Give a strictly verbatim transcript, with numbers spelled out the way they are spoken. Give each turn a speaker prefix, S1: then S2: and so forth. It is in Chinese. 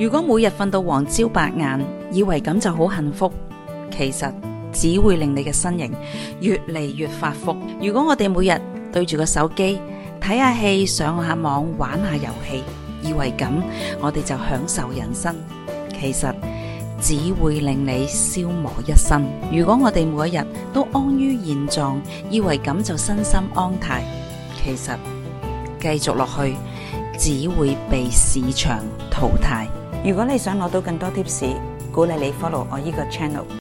S1: 如果每日瞓到黃朝白晏，以為咁就好幸福，其實只會令你嘅身形越嚟越發福。如果我哋每日對住個手機睇下戲、上下網、玩下遊戲，以為咁我哋就享受人生，其實只會令你消磨一生。如果我哋每一日都安於現狀，以為咁就身心安泰，其實繼續落去只會被市場淘汰。如果你想攞到更多 tips，鼓勵你 follow 我呢個 channel。